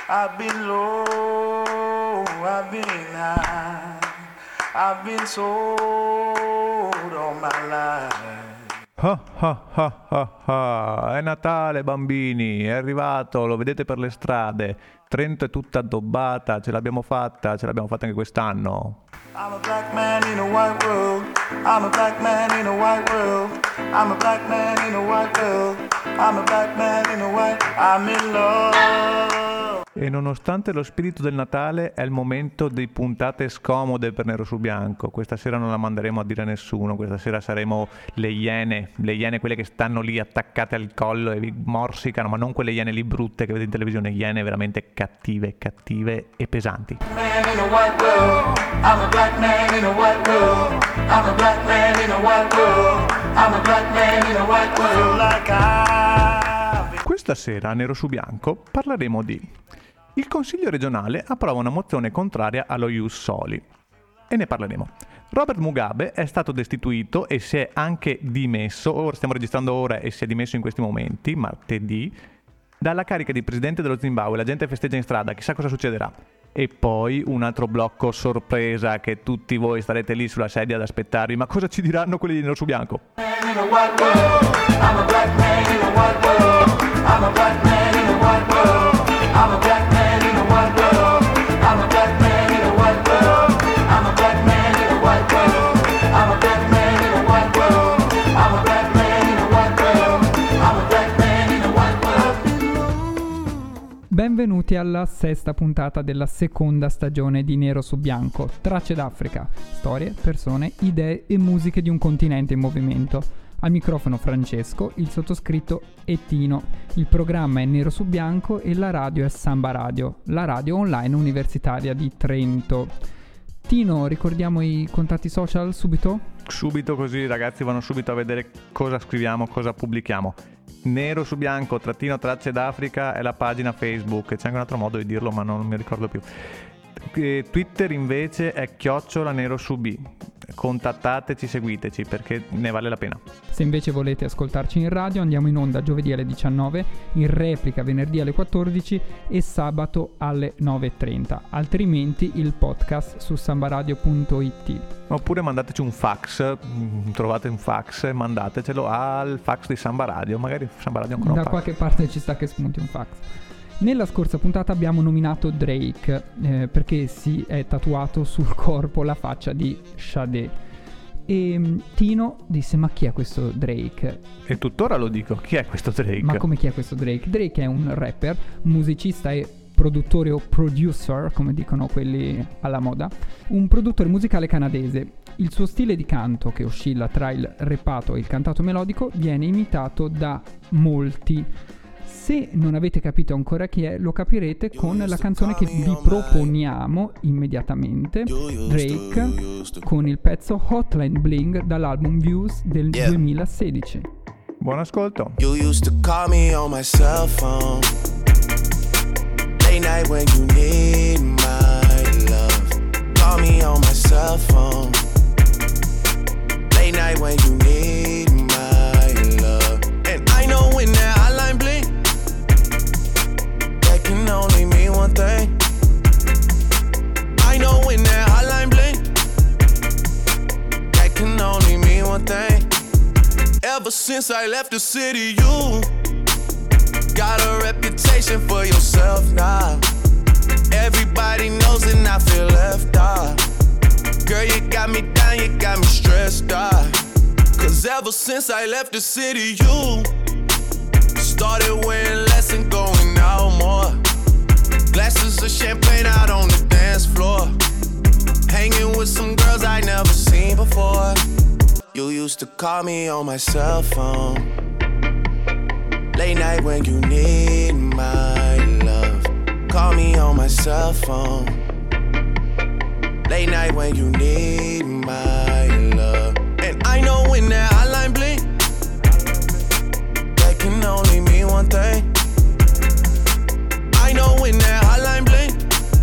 I've been low, I've been high, I've been sold all my life. È Natale, bambini, è arrivato, lo vedete per le strade. Trento è tutta addobbata, ce l'abbiamo fatta anche quest'anno. I'm a black man in a white world. I'm a black man in a white world. I'm a black man in a white world. I'm a black man in a white. I'm in love. E nonostante lo spirito del Natale è il momento di puntate scomode per Nero su Bianco. Questa sera non la manderemo a dire a nessuno, questa sera saremo le iene, quelle che stanno lì attaccate al collo e vi morsicano, ma non quelle iene lì brutte che vedete in televisione, iene veramente cattive e pesanti. Man in a white world. I'm a black man in a white world. I'm a black man in a white world. I'm a black man in a white world like I. Questa sera a Nero su Bianco parleremo di: il Consiglio regionale approva una mozione contraria allo Ius Soli. E ne parleremo. Robert Mugabe è stato destituito e si è anche dimesso, stiamo registrando ora e si è dimesso in questi momenti, martedì, dalla carica di presidente dello Zimbabwe. La gente festeggia in strada, chissà cosa succederà. E poi un altro blocco sorpresa che tutti voi starete lì sulla sedia ad aspettarvi. Ma cosa ci diranno quelli di Nero su Bianco? Benvenuti alla sesta puntata della seconda stagione di Nero su Bianco, Tracce d'Africa, storie, persone, idee e musiche di un continente in movimento. Al microfono Francesco, il sottoscritto è Tino, il programma è Nero su Bianco e la radio è Samba Radio, la radio online universitaria di Trento. Tino, ricordiamo i contatti social subito? Subito, così ragazzi vanno subito a vedere cosa scriviamo, cosa pubblichiamo. Nero su Bianco, Tracce d'Africa è la pagina Facebook, c'è anche un altro modo di dirlo ma non mi ricordo più. Twitter invece è @Nero su B. Contattateci, seguiteci perché ne vale la pena. Se invece volete ascoltarci in radio, andiamo in onda giovedì alle 19, in replica venerdì alle 14 e sabato alle 9:30. Altrimenti il podcast su sambaradio.it. Oppure mandateci un fax, trovate un fax e mandatecelo al fax di Samba Radio. Magari Samba Radio ancora da un fax. Qualche parte ci sta che spunti un fax. Nella scorsa puntata abbiamo nominato Drake perché si è tatuato sul corpo la faccia di Sade. E Tino disse: ma chi è questo Drake? E tuttora lo dico, chi è questo Drake? Ma come chi è questo Drake? Drake è un rapper, musicista e produttore o producer, come dicono quelli alla moda, un produttore musicale canadese. Il suo stile di canto, che oscilla tra il rappato e il cantato melodico, viene imitato da molti. Se non avete capito ancora chi è, lo capirete con la canzone che vi proponiamo immediatamente, Drake, con il pezzo Hotline Bling dall'album Views del 2016. Buon ascolto. You used to call me on my cell phone, late night when you need my love. Call me on my cell phone, late night when you need my love. And I know when that hotline bling, can only mean one thing. I know when that hotline bling, that can only mean one thing. Ever since I left the city, you got a reputation for yourself now. Everybody knows and I feel left out. Girl, you got me down, you got me stressed out. Cause ever since I left the city, you started wearing less and going out more. Glasses of champagne out on the dance floor, hanging with some girls I never seen before. You used to call me on my cell phone, late night when you need my love. Call me on my cell phone, late night when you need my love. And I know when that hotline bling, that can only mean one thing. I know when that hotline bling,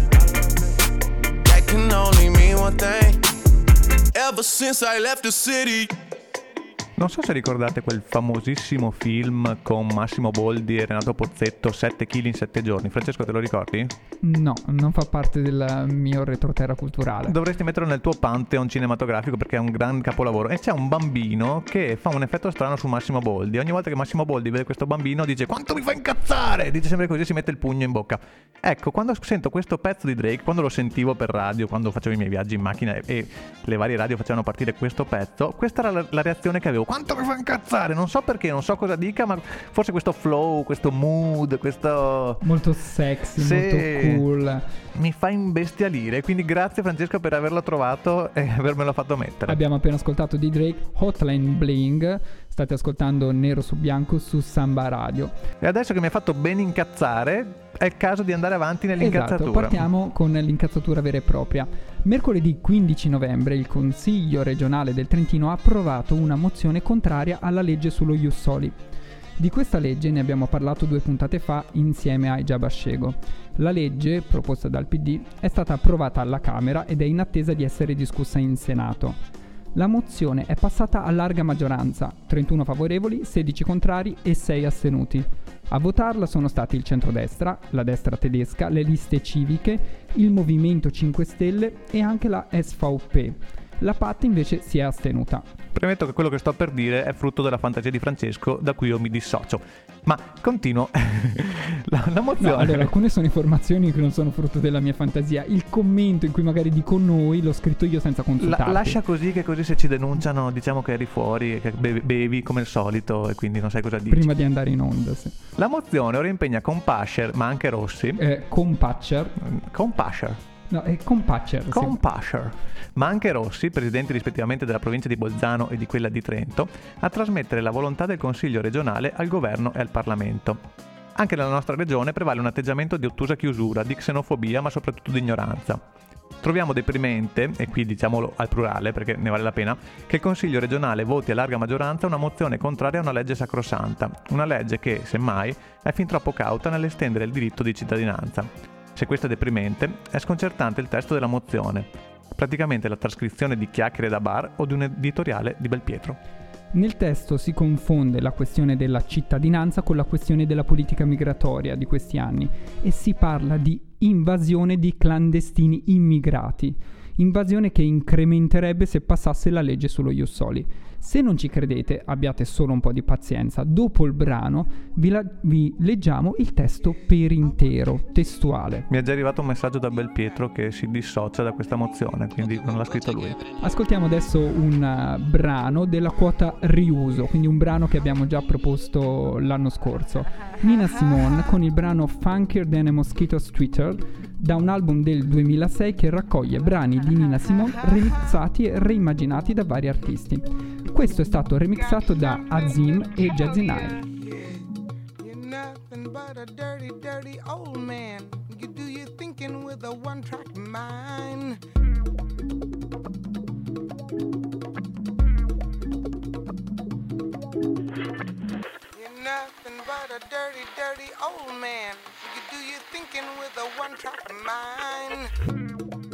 that can only mean one thing. Ever since I left the city. Non so se ricordate quel famosissimo film con Massimo Boldi e Renato Pozzetto, 7 kg in 7 giorni. Francesco, te lo ricordi? No, non fa parte del mio retroterra culturale. Dovresti metterlo nel tuo pantheon cinematografico perché è un gran capolavoro. E c'è un bambino che fa un effetto strano su Massimo Boldi. Ogni volta che Massimo Boldi vede questo bambino dice: quanto mi fa incazzare! Dice sempre così, si mette il pugno in bocca. Ecco, quando sento questo pezzo di Drake, quando lo sentivo per radio, quando facevo i miei viaggi in macchina e le varie radio facevano partire questo pezzo, questa era la reazione che avevo. Quanto mi fa incazzare! Non so perché, non so cosa dica, ma forse questo flow, questo mood, questo... Molto sexy, sì, molto cool. Mi fa imbestialire, quindi grazie Francesco per averlo trovato e avermelo fatto mettere. Abbiamo appena ascoltato di Drake Hotline Bling, state ascoltando Nero su Bianco su Samba Radio. E adesso che mi ha fatto ben incazzare, è il caso di andare avanti nell'incazzatura. Esatto, partiamo con l'incazzatura vera e propria. Mercoledì 15 novembre il Consiglio regionale del Trentino ha approvato una mozione contraria alla legge sullo Ius Soli. Di questa legge ne abbiamo parlato 2 puntate fa insieme a Ija Bashego. La legge, proposta dal PD, è stata approvata alla Camera ed è in attesa di essere discussa in Senato. La mozione è passata a larga maggioranza, 31 favorevoli, 16 contrari e 6 astenuti. A votarla sono stati il centrodestra, la destra tedesca, le liste civiche, il Movimento 5 Stelle e anche la SVP. La PAT invece si è astenuta. Premetto che quello che sto per dire è frutto della fantasia di Francesco, da cui io mi dissocio. Ma continuo. la mozione... No, allora, alcune sono informazioni che non sono frutto della mia fantasia. Il commento in cui magari dico noi l'ho scritto io senza consultarti. Lascia così, che così se ci denunciano diciamo che eri fuori, che bevi come al solito e quindi non sai cosa dici. Prima di andare in onda, sì. La mozione ora impegna Compasher, ma anche Rossi. Compasher. No, è Compasher. Compasher. Ma anche Rossi, presidenti rispettivamente della provincia di Bolzano e di quella di Trento, a trasmettere la volontà del Consiglio regionale al governo e al Parlamento. Anche nella nostra regione prevale un atteggiamento di ottusa chiusura, di xenofobia, ma soprattutto di ignoranza. Troviamo deprimente, e qui diciamolo al plurale perché ne vale la pena, che il Consiglio regionale voti a larga maggioranza una mozione contraria a una legge sacrosanta, una legge che, semmai, è fin troppo cauta nell'estendere il diritto di cittadinanza. Se questo è deprimente, è sconcertante il testo della mozione, praticamente la trascrizione di chiacchiere da bar o di un editoriale di Belpietro. Nel testo si confonde la questione della cittadinanza con la questione della politica migratoria di questi anni e si parla di invasione di clandestini immigrati, invasione che incrementerebbe se passasse la legge sullo Ius Soli. Se non ci credete, abbiate solo un po' di pazienza. Dopo il brano vi leggiamo il testo per intero, testuale. Mi è già arrivato un messaggio da Belpietro che si dissocia da questa mozione, quindi non l'ha scritto lui. Ascoltiamo adesso un brano della quota riuso, quindi un brano che abbiamo già proposto l'anno scorso. Nina Simone con il brano Funkier Than a Mosquito's Twitter, da un album del 2006 che raccoglie brani di Nina Simone remixati e reimmaginati da vari artisti. Questo è stato remixato da Azim e Jazzy Nile. You're nothing but a dirty, dirty old man. You do your thinking with a one-track mind. You're nothing but a dirty, dirty old man. You do your thinking with a one-track mind.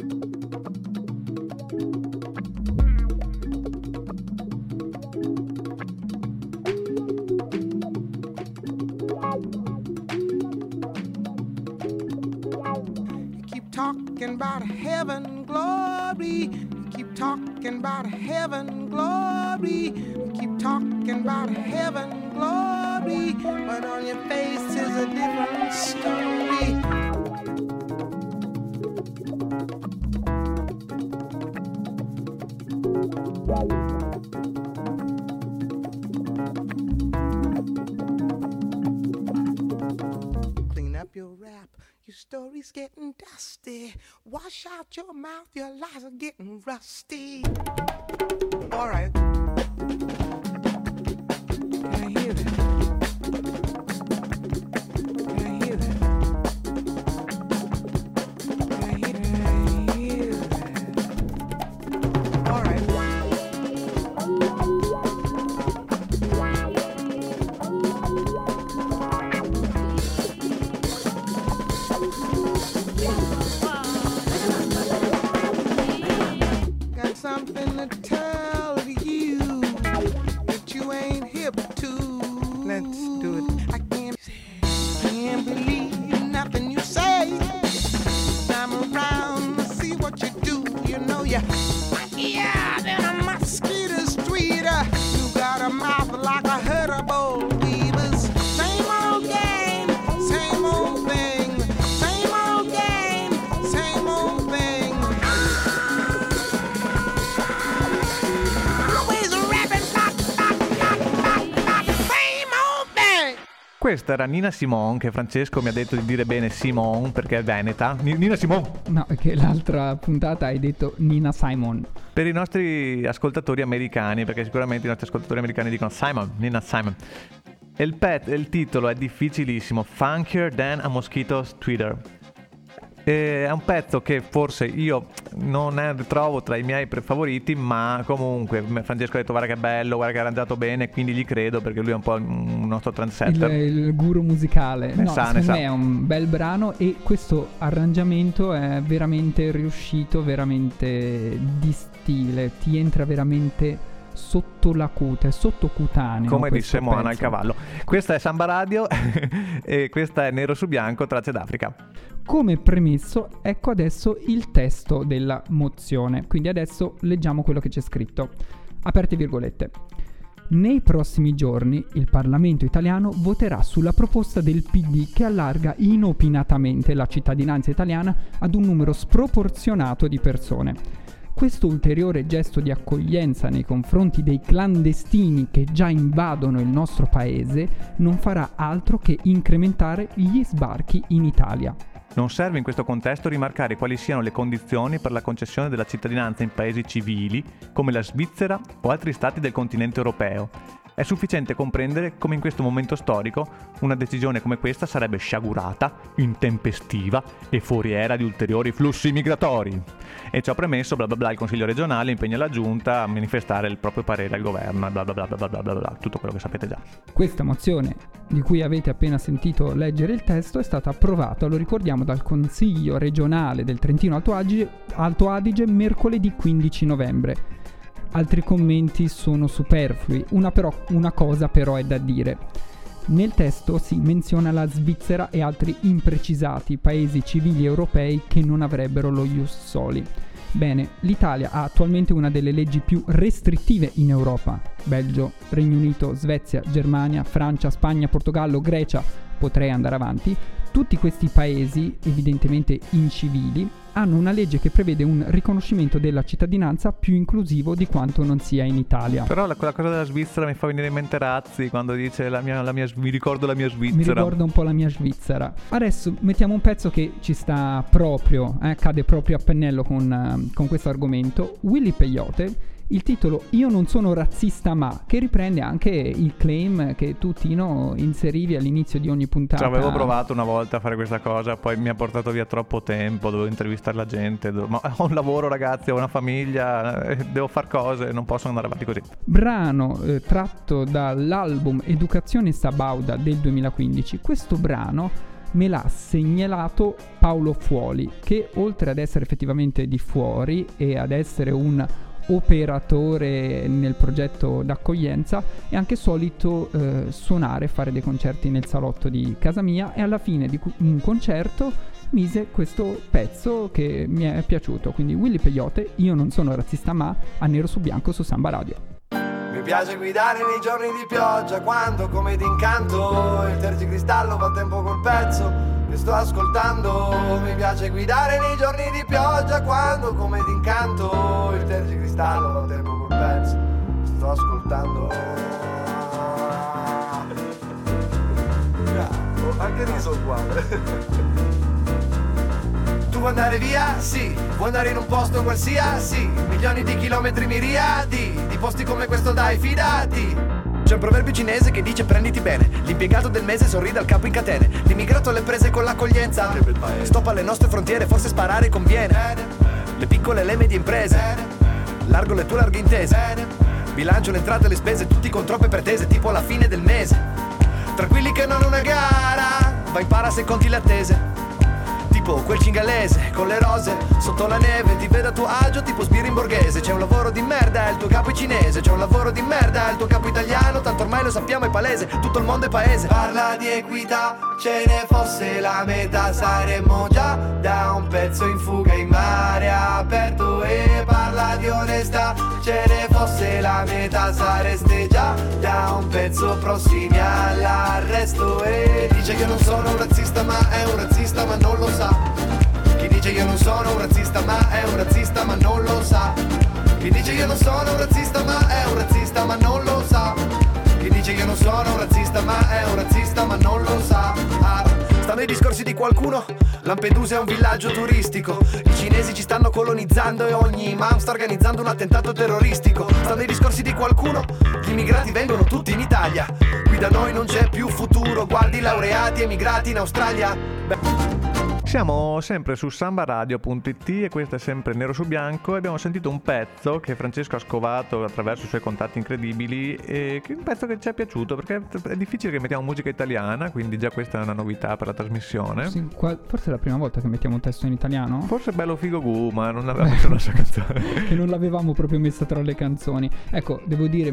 Talking about heaven glory, you keep talking about heaven glory, you keep talking about heaven glory, but on your face is a different story. Clean up your rap. Your story's getting dusty. Wash out your mouth, your lies are getting rusty. All right. Can I hear that? Can I hear that? Can I hear that? All right. Something to tell you that you Questa era Nina Simone, che Francesco mi ha detto di dire bene Simone perché è veneta. Nina Simone. No, perché l'altra puntata hai detto Nina Simone. Per i nostri ascoltatori americani, perché sicuramente i nostri ascoltatori americani dicono Simon, Nina Simone. E il titolo è difficilissimo, Funkier Than a Mosquito's Twitter. È un pezzo che forse io non trovo tra i miei favoriti, ma comunque Francesco ha detto guarda che è bello, guarda che è arrangiato bene, quindi gli credo perché lui è un po' un nostro trendsetter. Il guru musicale. Secondo me è un bel brano e questo arrangiamento è veramente riuscito, veramente di stile, ti entra veramente sotto la cute, sottocutaneo. Come disse Moana al cavallo. Questa è Samba Radio e questa è Nero su Bianco, Tracce d'Africa. Come premesso, ecco adesso il testo della mozione. Quindi adesso leggiamo quello che c'è scritto. Aperte virgolette. Nei prossimi giorni il Parlamento italiano voterà sulla proposta del PD che allarga inopinatamente la cittadinanza italiana ad un numero sproporzionato di persone. Questo ulteriore gesto di accoglienza nei confronti dei clandestini che già invadono il nostro paese non farà altro che incrementare gli sbarchi in Italia. Non serve in questo contesto rimarcare quali siano le condizioni per la concessione della cittadinanza in paesi civili come la Svizzera o altri stati del continente europeo. È sufficiente comprendere come in questo momento storico una decisione come questa sarebbe sciagurata, intempestiva e foriera di ulteriori flussi migratori. E ciò premesso, bla bla bla, il Consiglio regionale impegna la Giunta a manifestare il proprio parere al governo, bla bla bla bla bla bla bla, tutto quello che sapete già. Questa mozione, di cui avete appena sentito leggere il testo, è stata approvata, lo ricordiamo, dal Consiglio regionale del Trentino Alto Adige mercoledì 15 novembre. Altri commenti sono superflui, una cosa però è da dire. Nel testo si menziona la Svizzera e altri imprecisati paesi civili europei che non avrebbero lo ius soli. Bene, l'Italia ha attualmente una delle leggi più restrittive in Europa. Belgio, Regno Unito, Svezia, Germania, Francia, Spagna, Portogallo, Grecia, potrei andare avanti. Tutti questi paesi, evidentemente incivili, hanno una legge che prevede un riconoscimento della cittadinanza più inclusivo di quanto non sia in Italia. Però quella cosa della Svizzera mi fa venire in mente Razzi quando dice mi ricordo la mia Svizzera. Mi ricordo un po' la mia Svizzera. Adesso mettiamo un pezzo che ci sta proprio, cade proprio a pennello con questo argomento. Willy Peyote, il titolo Io non sono razzista ma, che riprende anche il claim che tu, Tino, inserivi all'inizio di ogni puntata. Cioè, avevo provato una volta a fare questa cosa, poi mi ha portato via troppo tempo, dovevo intervistare la gente, ma ho un lavoro, ragazzi, ho una famiglia, devo far cose, non posso andare avanti così. Brano tratto dall'album Educazione Sabauda del 2015. Questo brano me l'ha segnalato Paolo Fuoli, che oltre ad essere effettivamente di fuori e ad essere un operatore nel progetto d'accoglienza, è anche solito suonare, fare dei concerti nel salotto di casa mia, e alla fine di un concerto mise questo pezzo che mi è piaciuto. Quindi Willy Peyote, Io non sono razzista ma, a Nero su Bianco su Samba Radio. Mi piace guidare nei giorni di pioggia, quando come d'incanto il tergicristallo fa tempo col pezzo che sto ascoltando. Mi piace guidare nei giorni di pioggia, quando come d'incanto il tergicristallo fa tempo col pezzo che sto ascoltando. Anche riso uguale. Tu vuoi andare via? Sì. Vuoi andare in un posto qualsiasi? Milioni di chilometri miriadi di posti come questo, dai, fidati. C'è un proverbio cinese che dice prenditi bene. L'impiegato del mese sorride al capo in catene. L'immigrato alle prese con l'accoglienza. Stop alle nostre frontiere, forse sparare conviene. Le piccole e le medie imprese. Largo le tue larghe intese. Bilancio le entrate e le spese, tutti con troppe pretese, tipo alla fine del mese. Tranquilli che non è una gara, vai in para se conti le attese. Tipo quel cingalese con le rose sotto la neve, ti vede a tuo agio tipo sbirri in borghese. C'è un lavoro di merda, il tuo capo è cinese. C'è un lavoro di merda, il tuo capo italiano. Tanto ormai lo sappiamo, è palese, tutto il mondo è paese. Parla di equità, ce ne fosse la metà saremmo già da un pezzo in fuga in mare aperto. E parla di onestà, ce ne fosse la metà sareste già da un pezzo prossimi all'arresto. E dice che non sono un razzista ma è un razzista ma non lo sa. Chi dice io non sono un razzista ma è un razzista ma non lo sa. Chi dice io non sono un razzista ma è un razzista ma non lo sa. Chi dice io non sono un razzista ma è un razzista ma non lo qualcuno, Lampedusa è un villaggio turistico. I cinesi ci stanno colonizzando e ogni imam sta organizzando un attentato terroristico. Stanno i discorsi di qualcuno, gli immigrati vengono tutti in Italia. Qui da noi non c'è più futuro, guardi laureati emigrati in Australia. Siamo sempre su sambaradio.it e questo è sempre Nero su Bianco. Abbiamo sentito un pezzo che Francesco ha scovato attraverso i suoi contatti incredibili e che è un pezzo che ci è piaciuto perché è difficile che mettiamo musica italiana, quindi già questa è una novità per la trasmissione. Sì, forse è la prima volta che mettiamo un testo in italiano. Forse è bello figo gu, ma non avevamo messo una sua canzone. Che non l'avevamo proprio messa tra le canzoni. Ecco, devo dire,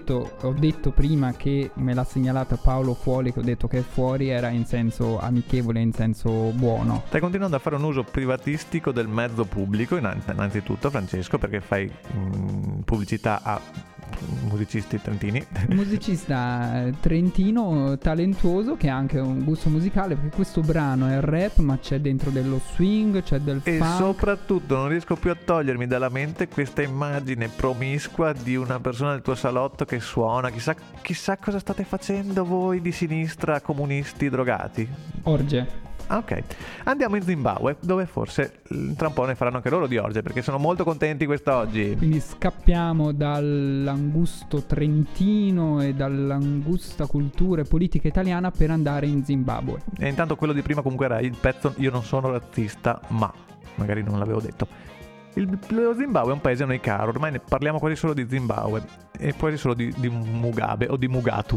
ho detto prima che me l'ha segnalata Paolo Fuoli, che ho detto che fuori era in senso amichevole, in senso buono. Stai continuando a fare un uso privatistico del mezzo pubblico, innanzitutto Francesco, perché fai pubblicità a musicisti trentini. Musicista trentino talentuoso che ha anche un gusto musicale, perché questo brano è rap ma c'è dentro dello swing, c'è del funk. E soprattutto non riesco più a togliermi dalla mente questa immagine promiscua di una persona del tuo salotto che suona. Chissà cosa state facendo voi di sinistra, comunisti, drogati. Orge. Ok, andiamo in Zimbabwe, dove forse tra un po' ne faranno anche loro di orge, perché sono molto contenti quest'oggi. Quindi scappiamo dall'angusto trentino e dall'angusta cultura e politica italiana per andare in Zimbabwe. E intanto quello di prima comunque era il pezzo Io non sono razzista, ma magari non l'avevo detto. Lo Zimbabwe è un paese a noi caro, ormai ne parliamo quasi solo di Zimbabwe e quasi solo di Mugabe o di Mugatu.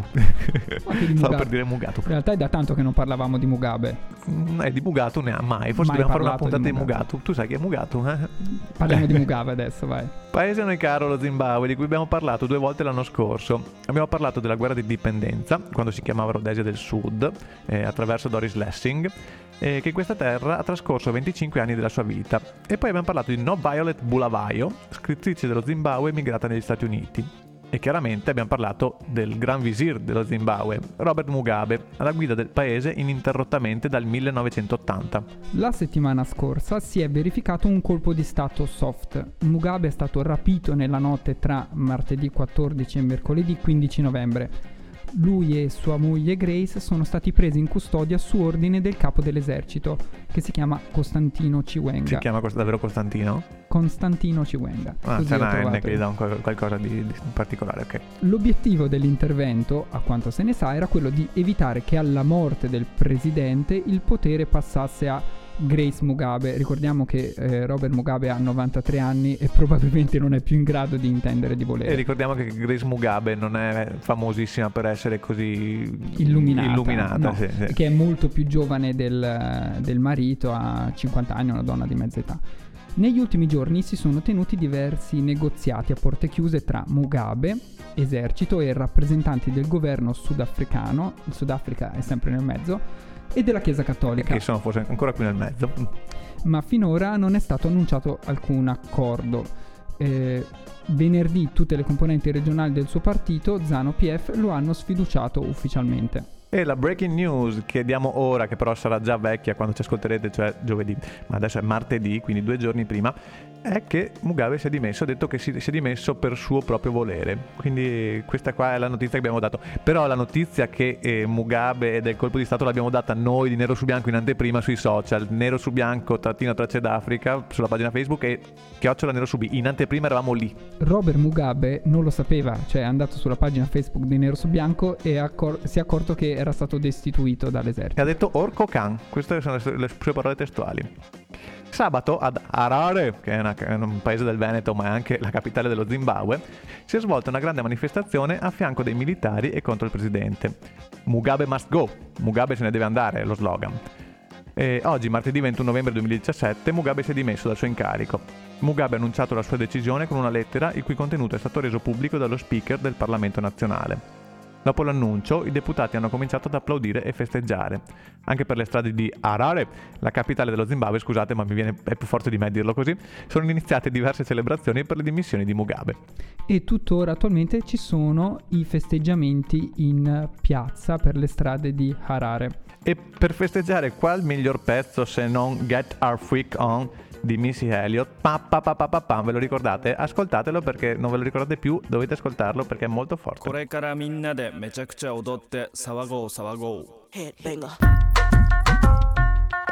Stavo per dire Mugatu. In realtà è da tanto che non parlavamo di Mugabe. Di Mugatu ne ha mai. Forse mai dobbiamo fare una puntata di Mugatu. Tu sai chi è Mugatu? Parliamo di Mugabe adesso, vai. Paese a noi caro lo Zimbabwe, di cui abbiamo parlato 2 volte l'anno scorso. Abbiamo parlato della guerra di indipendenza, quando si chiamava Rhodesia del Sud, attraverso Doris Lessing, che in questa terra ha trascorso 25 anni della sua vita. E poi abbiamo parlato di No Violet Bulawayo, scrittrice dello Zimbabwe emigrata negli Stati Uniti. E chiaramente abbiamo parlato del Gran Visir dello Zimbabwe, Robert Mugabe, alla guida del paese ininterrottamente dal 1980. La settimana scorsa si è verificato un colpo di stato soft. Mugabe è stato rapito nella notte tra martedì 14 e mercoledì 15 novembre. Lui e sua moglie Grace sono stati presi in custodia su ordine del capo dell'esercito, che si chiama Costantino Chiwenga. Si chiama davvero Costantino? Costantino Chiwenga. C'è una N che gli dà qualcosa di particolare, ok. L'obiettivo dell'intervento, a quanto se ne sa, era quello di evitare che alla morte del presidente il potere passasse a Grace Mugabe. Ricordiamo che Robert Mugabe ha 93 anni e probabilmente non è più in grado di intendere di volere. E ricordiamo che Grace Mugabe non è famosissima per essere così illuminata no, sì. Che è molto più giovane del marito, ha 50 anni, una donna di mezza età. Negli ultimi giorni si sono tenuti diversi negoziati a porte chiuse tra Mugabe, esercito e rappresentanti del governo sudafricano, il Sudafrica è sempre nel mezzo, e della Chiesa Cattolica, che sono forse ancora qui nel mezzo. Ma finora non è stato annunciato alcun accordo. Venerdì tutte le componenti regionali del suo partito, ZANU-PF, lo hanno sfiduciato ufficialmente. E la breaking news che diamo ora, che però sarà già vecchia quando ci ascolterete, cioè giovedì, ma adesso è martedì, quindi 2 giorni prima, è che Mugabe si è dimesso, ha detto che si è dimesso per suo proprio volere. Quindi questa qua è la notizia che abbiamo dato. Però la notizia che Mugabe e del colpo di stato l'abbiamo data noi di Nero su Bianco in anteprima sui social, Nero su Bianco _Tracce d'Africa sulla pagina Facebook e @Nero su B. In anteprima eravamo lì. Robert Mugabe non lo sapeva, cioè è andato sulla pagina Facebook di Nero su Bianco e si è accorto che era stato destituito dall'esercito. E ha detto Orco Khan, queste sono le sue parole testuali. Sabato ad Harare, che è un paese del Veneto ma è anche la capitale dello Zimbabwe, si è svolta una grande manifestazione a fianco dei militari e contro il presidente. Mugabe must go, Mugabe se ne deve andare, è lo slogan. E oggi, martedì 21 novembre 2017, Mugabe si è dimesso dal suo incarico. Mugabe ha annunciato la sua decisione con una lettera il cui contenuto è stato reso pubblico dallo speaker del Parlamento nazionale. Dopo l'annuncio, i deputati hanno cominciato ad applaudire e festeggiare. Anche per le strade di Harare, la capitale dello Zimbabwe, scusate ma è più forte di me dirlo così, sono iniziate diverse celebrazioni per le dimissioni di Mugabe. E tuttora attualmente ci sono i festeggiamenti in piazza per le strade di Harare. E per festeggiare qual miglior pezzo se non Get Our Freak On di Missy Elliott, ve lo ricordate? Ascoltatelo perché non ve lo ricordate più, dovete ascoltarlo perché è molto forte. これからみんなでめちゃくちゃ踊って騒ごう騒ごう Headbanger.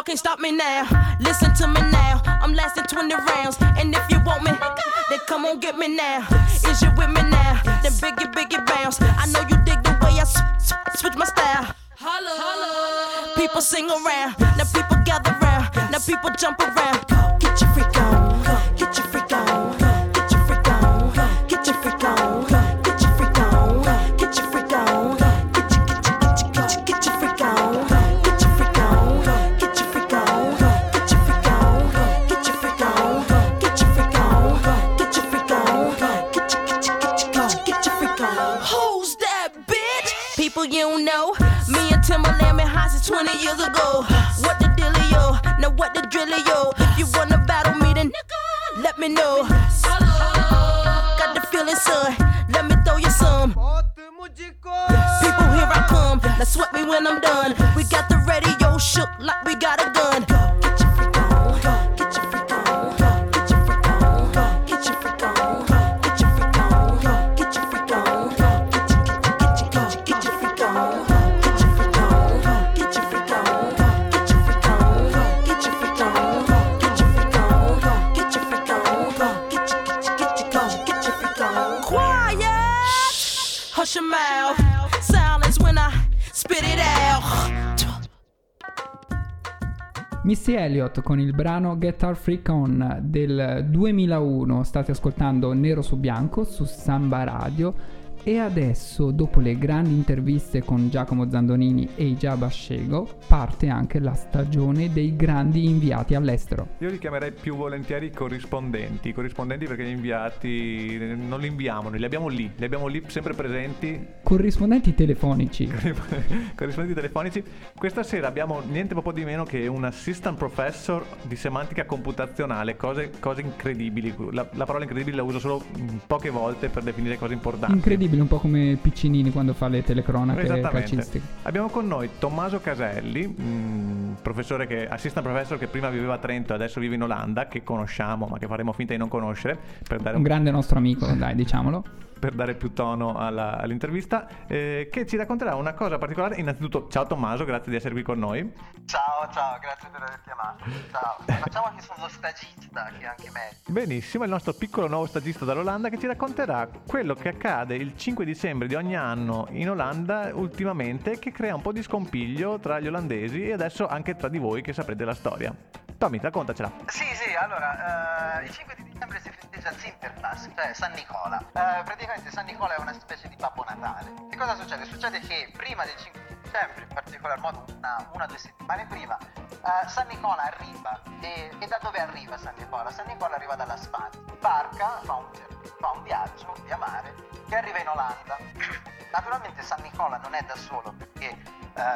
can't stop me now. Listen to me now. I'm lasting 20 rounds. And if you want me, then come on get me now. Is you with me now? Then biggie bounce. I know you dig the way I switch my style. Holla. People sing around. Now people gather round. Now people jump around. Get your freak on. Get your freak on. Get your freak on. Get your freak on. Get your freak on. Get your freak on. Get your freak on. Get your freak on. Get your freak on. Get your freak on. Get your freak on. Get your freak on. Get your freak on. Get your freak on. Who's that bitch? People you don't know. Me and Timberland been high since 20 years ago. What the dealio? Now what the drillio? If you wanna battle me, then let me know. Got the feeling, son. Let me throw you some. People, here I come. Now sweat me when I'm done. We got the radio shook like we got a gun. Get your freak on. Get your freak on. Get your freak on. Get your freak on. Get your freak on. Get your freak on. Get your freak on. Get your freak on. Get your freak on. Get your freak on. Get your freak on. Get your freak on. Get your freak on. Get your freak on. Quiet. Hush your mouth. Silence when I spit it out. Missy Elliott con il brano Get Our Freak On del 2001. State ascoltando Nero su Bianco su Samba Radio. E adesso, dopo le grandi interviste con Giacomo Zandonini e Ijab Ashego, parte anche la stagione dei grandi inviati all'estero. Io li chiamerei più volentieri corrispondenti perché gli inviati non li inviamo, noi li abbiamo lì sempre presenti. Corrispondenti telefonici. Corrispondenti telefonici. Questa sera abbiamo niente po' di meno che un assistant professor di semantica computazionale, cose incredibili. La parola incredibile la uso solo poche volte per definire cose importanti. Incredibile, un po' come Piccinini quando fa le telecronache calcistiche. Abbiamo con noi Tommaso Caselli, assistant professor che prima viveva a Trento e adesso vive in Olanda, che conosciamo ma che faremo finta di non conoscere per dare un grande nostro amico, dai, diciamolo, per dare più tono all'intervista, che ci racconterà una cosa particolare. Innanzitutto, ciao Tommaso, grazie di essere qui con noi. Ciao, grazie per aver chiamato. Ciao, facciamo che sono lo stagista, che è anche meglio. Benissimo, il nostro piccolo nuovo stagista dall'Olanda che ci racconterà quello che accade il 5 dicembre di ogni anno in Olanda ultimamente, che crea un po' di scompiglio tra gli olandesi e adesso anche tra di voi che saprete la storia. Tommy, raccontacela. Sì, allora, il 5 di dicembre si festeggia Sinterklaas, cioè San Nicola. Praticamente San Nicola è una specie di Babbo Natale. Che cosa succede? Succede che prima del 5 di dicembre, in particolar modo una o 2 settimane prima, San Nicola arriva. E da dove arriva San Nicola? San Nicola arriva dalla Spagna. Barca, fa un viaggio via mare che arriva in Olanda. Naturalmente San Nicola non è da solo perché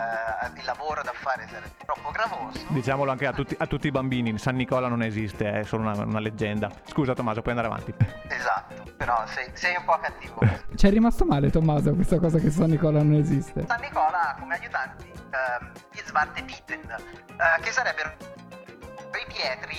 il lavoro da fare sarebbe troppo gravoso. Diciamolo anche a tutti i bambini, San Nicola non esiste, è solo una leggenda. Scusa Tommaso, puoi andare avanti. Esatto, però sei un po' cattivo. Ci è rimasto male Tommaso questa cosa che San Nicola non esiste. San Nicola ha come aiutanti gli Svarte Pitten, che sarebbero i pietri,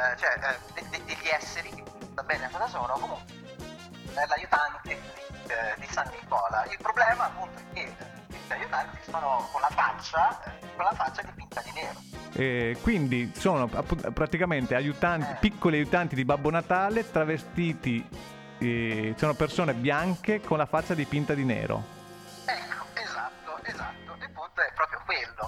degli esseri che va bene cosa sono, comunque è l'aiutante di San Nicola. Il problema appunto è che questi aiutanti sono con la faccia dipinta di nero. Quindi sono praticamente piccoli aiutanti di Babbo Natale travestiti, sono persone bianche con la faccia dipinta di nero. Ecco, esatto, il punto è proprio quello.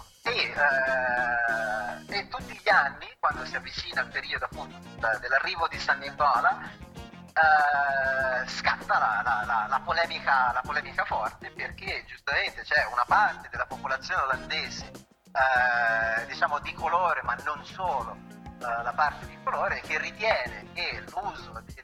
E tutti gli anni, quando si avvicina il periodo appunto dell'arrivo di San Nicola, scatta la polemica forte, perché giustamente c'è una parte della popolazione olandese diciamo di colore, ma non solo la parte di colore, che ritiene che l'uso di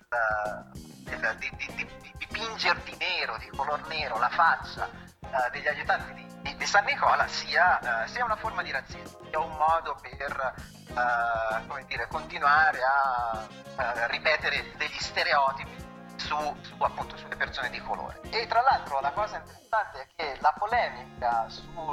dipingere di nero, di color nero, la faccia degli aiutanti di San Nicola sia una forma di razzismo, sia un modo per continuare a ripetere degli stereotipi appunto sulle persone di colore. E tra l'altro la cosa interessante è che la polemica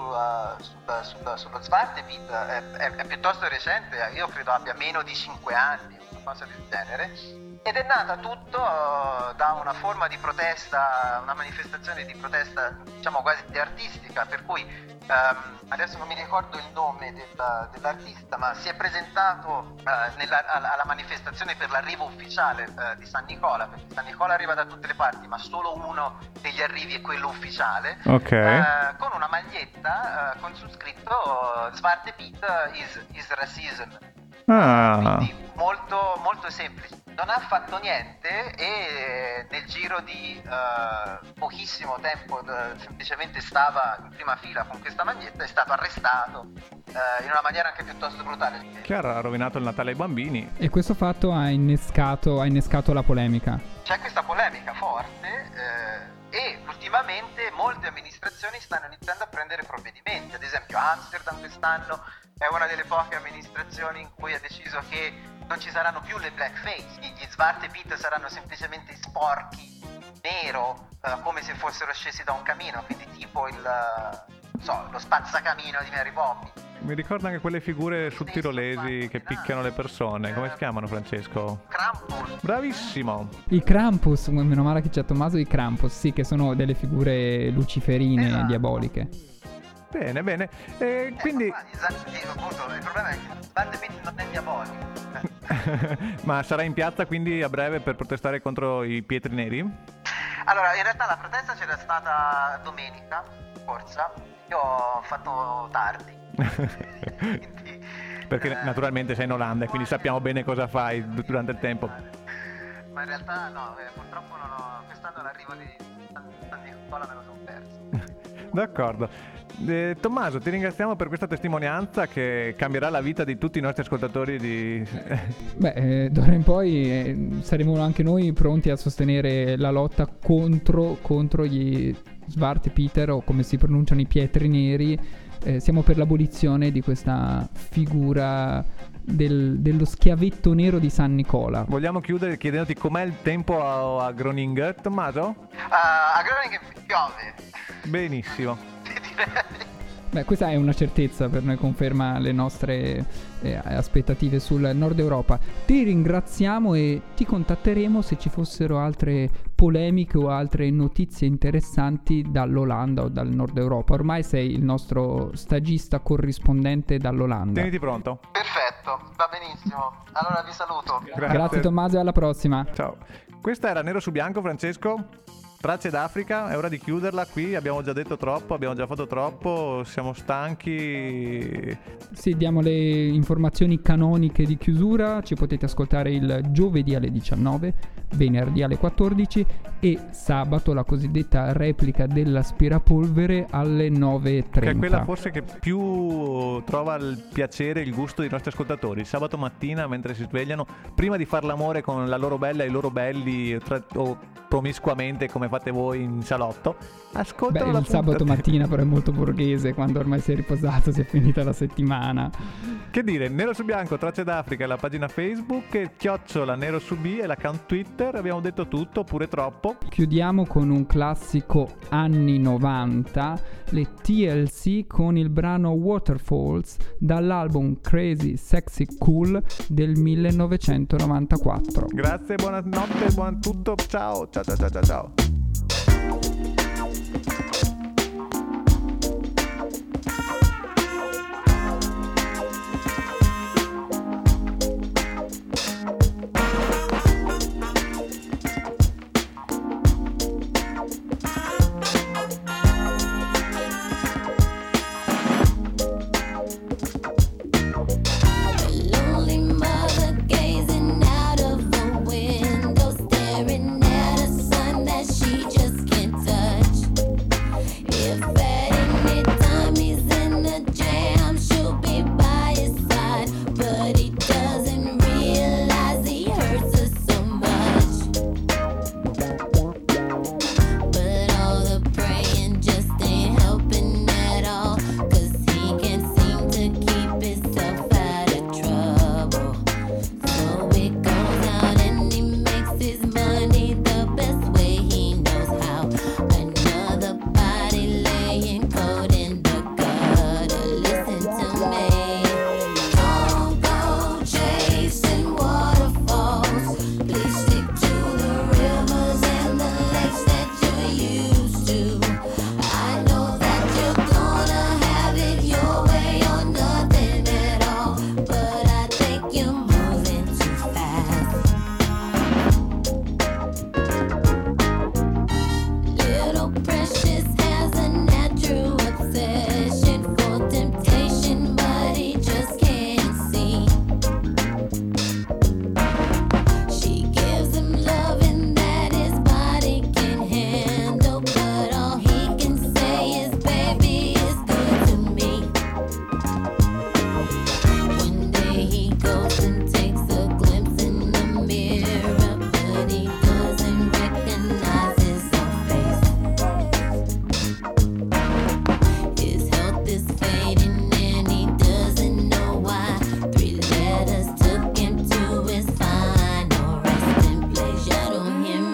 sullo Svartepit è piuttosto recente, io credo abbia meno di 5 anni, una cosa del genere, Ed è nata tutto da una forma di protesta, una manifestazione di protesta, diciamo quasi artistica, per cui adesso non mi ricordo il nome dell'artista, ma si è presentato alla manifestazione per l'arrivo ufficiale di San Nicola, perché San Nicola arriva da tutte le parti, ma solo uno degli arrivi è quello ufficiale, con una maglietta con su scritto Zwarte Piet is racism. Quindi molto, molto semplice. Non ha fatto niente e nel giro di pochissimo tempo semplicemente stava in prima fila con questa maglietta, è stato arrestato in una maniera anche piuttosto brutale. Chiaro, ha rovinato il Natale ai bambini. E questo fatto ha innescato la polemica. C'è questa polemica forte e ultimamente molte amministrazioni stanno iniziando a prendere provvedimenti. Ad esempio Amsterdam quest'anno è una delle poche amministrazioni in cui ha deciso che non ci saranno più le blackface, gli Zwarte Piet saranno semplicemente sporchi nero, come se fossero scesi da un camino, quindi tipo lo spazzacamino di Mary Poppins. Mi ricordo anche quelle figure sudtirolesi che picchiano le persone. Come si chiamano, Francesco? Krampus. Bravissimo. I Krampus, meno male che c'è Tommaso, i Krampus, sì, che sono delle figure luciferine, diaboliche. Bene, bene. Quindi... appunto, il problema è che Zwarte Piet non è diabolico. Ma sarà in piazza quindi a breve per protestare contro i pietri neri? Allora, in realtà la protesta c'era stata domenica scorsa. Io ho fatto tardi. Quindi, perché naturalmente sei in Olanda e quindi sappiamo bene cosa fai durante il tempo. Ma in realtà no, purtroppo non ho, quest'anno l'arrivo di San Nicola me lo sono perso. D'accordo. Tommaso, ti ringraziamo per questa testimonianza che cambierà la vita di tutti i nostri ascoltatori d'ora in poi saremo anche noi pronti a sostenere la lotta contro gli Zwarte Piet, o come si pronunciano i pietri neri. Siamo per l'abolizione di questa figura dello schiavetto nero di San Nicola. Vogliamo chiudere chiedendoti com'è il tempo a Groningen, Tommaso? A Groningen piove. Benissimo. Beh, questa è una certezza per noi, conferma le nostre aspettative sul Nord Europa. Ti ringraziamo e ti contatteremo se ci fossero altre polemiche o altre notizie interessanti dall'Olanda o dal Nord Europa. Ormai sei il nostro stagista corrispondente dall'Olanda. Teniti pronto. Perfetto, va benissimo. Allora vi saluto. Grazie Tommaso e alla prossima. Ciao. Questa era Nero su Bianco, Francesco. Tracce d'Africa, è ora di chiuderla qui, abbiamo già detto troppo, abbiamo già fatto troppo, siamo stanchi. Sì, diamo le informazioni canoniche di chiusura. Ci potete ascoltare il giovedì alle 19, venerdì alle 14 e sabato la cosiddetta replica dell'aspirapolvere alle 9:30. Che è quella forse che più trova il piacere, il gusto dei nostri ascoltatori. Sabato mattina mentre si svegliano, prima di far l'amore con la loro bella e i loro belli o promiscuamente come fate voi in salotto, ascoltano il sabato mattina però è molto borghese, quando ormai si è riposato, si è finita la settimana. Che dire, Nero su Bianco, Tracce d'Africa è la pagina Facebook, @ Nero su B è l'account Twitter. Abbiamo detto tutto, pure troppo. Chiudiamo con un classico anni 90, le TLC con il brano Waterfalls dall'album Crazy Sexy Cool del 1994. Grazie, buonanotte, buon tutto, ciao ciao ciao ciao ciao.